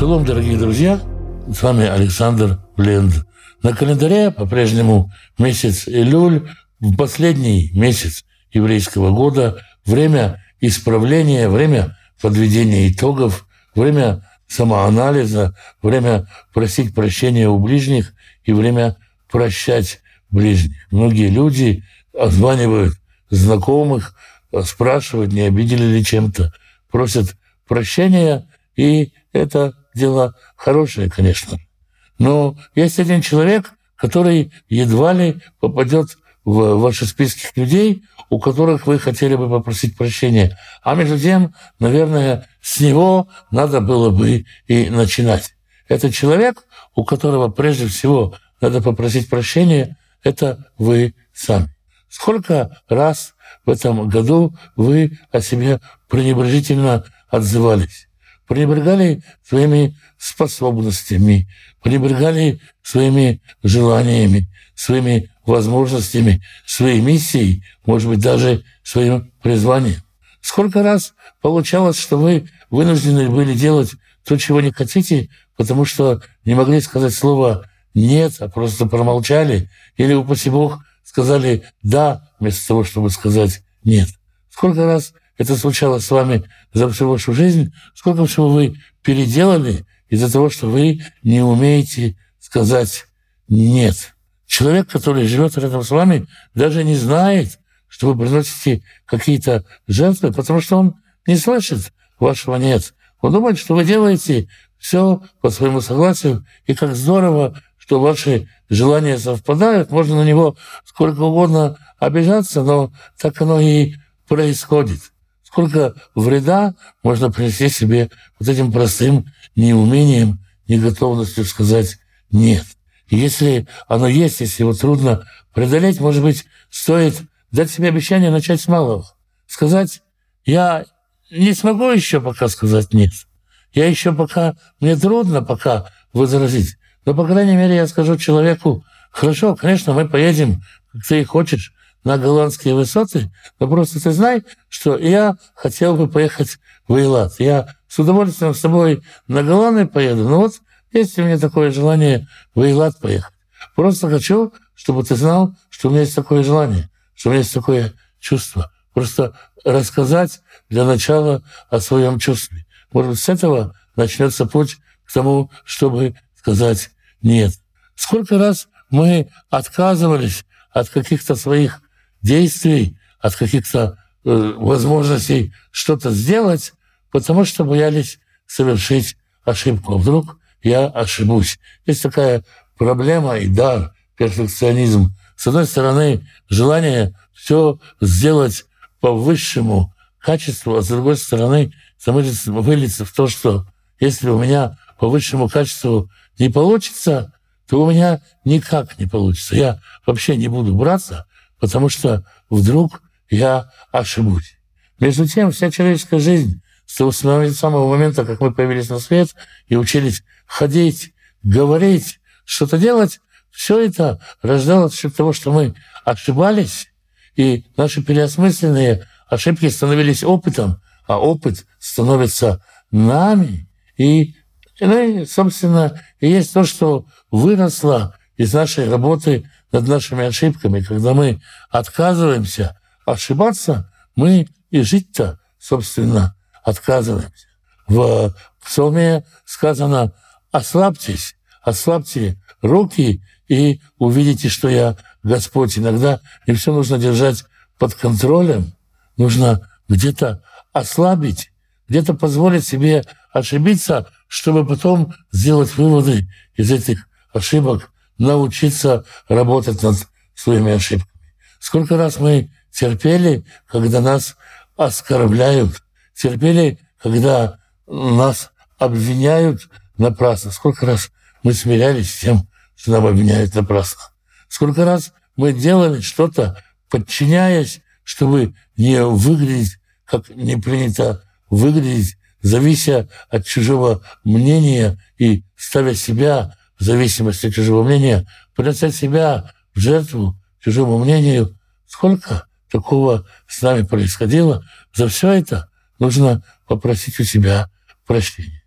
Шалом, дорогие друзья! С вами Александр Бленд. На календаре по-прежнему месяц Элюль, в последний месяц еврейского года, время исправления, время подведения итогов, время самоанализа, время просить прощения у ближних и время прощать ближних. Многие люди обзванивают знакомых, спрашивают, не обидели ли чем-то, просят прощения, и это дело хорошее, конечно. Но есть один человек, который едва ли попадет в ваши списки людей, у которых вы хотели бы попросить прощения. А между тем, наверное, с него надо было бы и начинать. Это человек, у которого прежде всего надо попросить прощения, это вы сами. Сколько раз в этом году вы о себе пренебрежительно отзывались? Пренебрегали своими способностями, пренебрегали своими желаниями, своими возможностями, своей миссией, может быть, даже своим призванием. Сколько раз получалось, что вы вынуждены были делать то, чего не хотите, потому что не могли сказать слово «нет», а просто промолчали, или, упаси Бог, сказали «да», вместо того, чтобы сказать «нет». Сколько раз это случалось с вами за всю вашу жизнь, сколько всего вы переделали из-за того, что вы не умеете сказать «нет». Человек, который живет рядом с вами, даже не знает, что вы приносите какие-то жертвы, потому что он не слышит вашего «нет». Он думает, что вы делаете все по своему согласию, и как здорово, что ваши желания совпадают. Можно на него сколько угодно обижаться, но так оно и происходит. Сколько вреда можно принести себе вот этим простым неумением, неготовностью сказать «нет». И если оно есть, если его трудно преодолеть, может быть, стоит дать себе обещание начать с малого. Сказать «я не смогу еще пока сказать «нет». Я еще пока, мне трудно пока возразить. Но, по крайней мере, я скажу человеку «хорошо, конечно, мы поедем, как ты и хочешь, на голландские высоты, но просто ты знай, что я хотел бы поехать в Эйлат. Я с удовольствием с тобой на Голланы поеду, но вот есть у меня такое желание в Эйлат поехать. Просто хочу, чтобы ты знал, что у меня есть такое желание, что у меня есть такое чувство. Просто рассказать для начала о своем чувстве. Может быть, с этого начнется путь к тому, чтобы сказать «нет». Сколько раз мы отказывались от каких-то своих действий, от каких-то возможностей что-то сделать, потому что боялись совершить ошибку. Вдруг я ошибусь. Есть такая проблема и дар, перфекционизм. С одной стороны, желание все сделать по высшему качеству, а с другой стороны, выльется в то, что если у меня по высшему качеству не получится, то у меня никак не получится. Я вообще не буду браться, потому что вдруг я ошибусь. Между тем, вся человеческая жизнь с того самого момента, как мы появились на свет и учились ходить, говорить, что-то делать, все это рождалось за счет того, что мы ошибались, и наши переосмысленные ошибки становились опытом, а опыт становится нами. И, собственно, и есть то, что выросло из нашей работы над нашими ошибками. Когда мы отказываемся ошибаться, мы и жить-то, собственно, отказываемся. В Псалме сказано «Ослабьтесь, ослабьте руки и увидите, что я Господь». Иногда не все нужно держать под контролем, нужно где-то ослабить, где-то позволить себе ошибиться, чтобы потом сделать выводы из этих ошибок, научиться работать над своими ошибками. Сколько раз мы терпели, когда нас оскорбляют, терпели, когда нас обвиняют напрасно. Сколько раз мы смирялись с тем, что нам обвиняют напрасно. Сколько раз мы делали что-то, подчиняясь, чтобы не выглядеть, как не принято выглядеть, завися от чужого мнения и ставя себя в зависимости от чужого мнения, приносить себя в жертву чужому мнению. Сколько такого с нами происходило? За все это нужно попросить у себя прощения.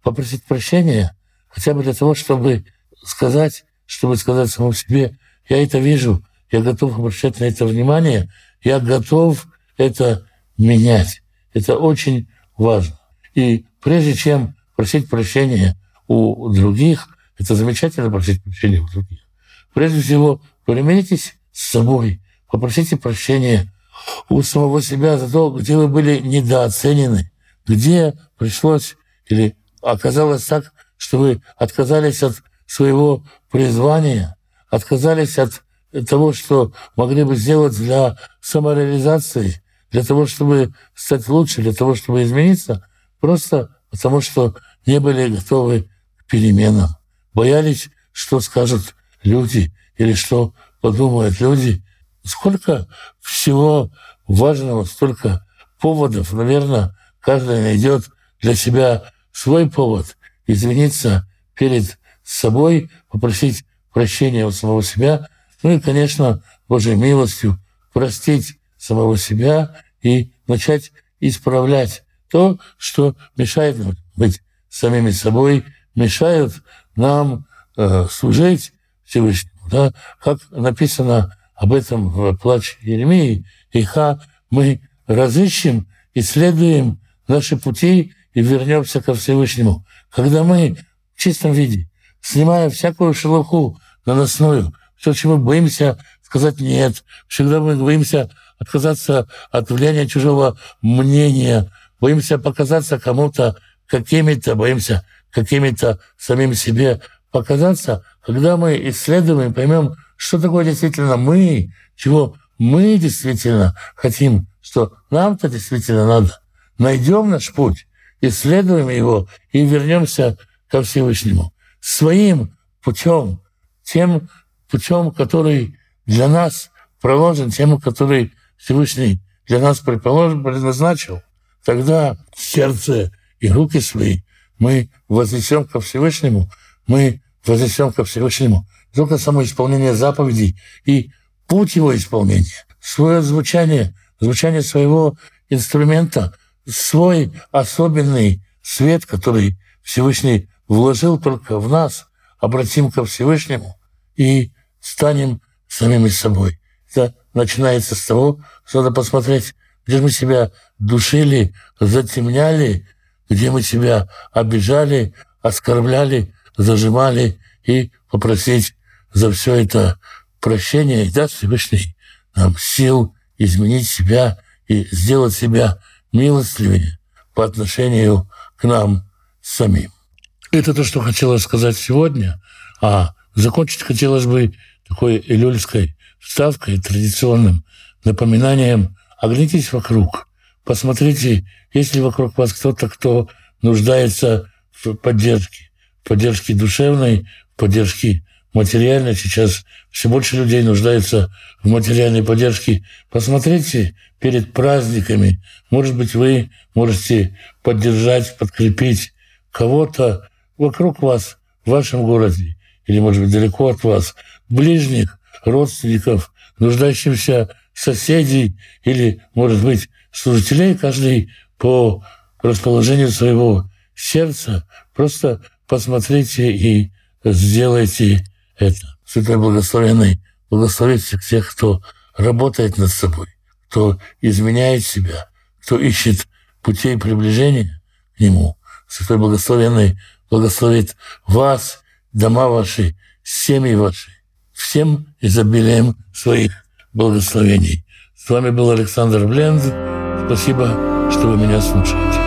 попросить прощения, хотя бы для того, чтобы сказать самому себе: я это вижу, я готов обращать на это внимание, я готов это менять. Это очень важно. И прежде чем просить прощения у других, это замечательно просить прощения у других. Прежде всего, примиритесь с собой, попросите прощения у самого себя за то, где вы были недооценены, где пришлось или оказалось так, что вы отказались от своего призвания, отказались от того, что могли бы сделать для самореализации, для того, чтобы стать лучше, для того, чтобы измениться, просто потому что не были готовы к переменам, боялись, что скажут люди или что подумают люди. Сколько всего важного, столько поводов. Наверное, каждый найдет для себя свой повод извиниться перед собой, попросить прощения у самого себя, ну и, конечно, Божьей милостью простить самого себя и начать исправлять то, что мешает нам быть самими собой, мешают нам служить Всевышнему. Да? Как написано об этом в плаче Иеремии: «Иха мы разыщем, исследуем наши пути и вернемся ко Всевышнему». Когда мы в чистом виде, снимая всякую шелуху наносную, все, чему боимся сказать «нет», всегда мы боимся отказаться от влияния чужого мнения, боимся показаться кому-то какими-то, боимся какими-то самим себе показаться. Когда мы исследуем, поймем, что такое действительно мы, чего мы действительно хотим, что нам-то действительно надо, найдем наш путь, исследуем его и вернемся ко Всевышнему своим путем, тем путем, который для нас проложен, тем, который Всевышний для нас предназначил. Тогда сердце и руки свои мы вознесем ко Всевышнему, мы вознесем ко Всевышнему только само исполнение заповедей и путь его исполнения, свое звучание своего инструмента, свой особенный свет, который Всевышний вложил только в нас, обратим ко Всевышнему и станем самими собой. Это начинается с того, что надо посмотреть, где мы себя душили, затемняли, где мы себя обижали, оскорбляли, зажимали, и попросить за все это прощения, и даст Всевышний нам сил изменить себя и сделать себя милостливее по отношению к нам самим. Это то, что хотелось сказать сегодня, а закончить хотелось бы такой элюльской вставкой, традиционным напоминанием: оглянитесь вокруг, посмотрите, есть ли вокруг вас кто-то, кто нуждается в поддержке душевной, в поддержке материальной. Сейчас все больше людей нуждаются в материальной поддержке. Посмотрите перед праздниками. Может быть, вы можете поддержать, подкрепить кого-то вокруг вас, в вашем городе, или, может быть, далеко от вас, ближних, родственников, нуждающихся соседей или, может быть, служителей, каждый по расположению своего сердца. Просто посмотрите и сделайте это. Святой Благословенный благословит всех, кто работает над собой, кто изменяет себя, кто ищет путей приближения к Нему. Святой Благословенный благословит вас, дома ваши, семьи ваши, всем изобилием своих благословений. С вами был Александр Бленд. Спасибо, что вы меня слушаете.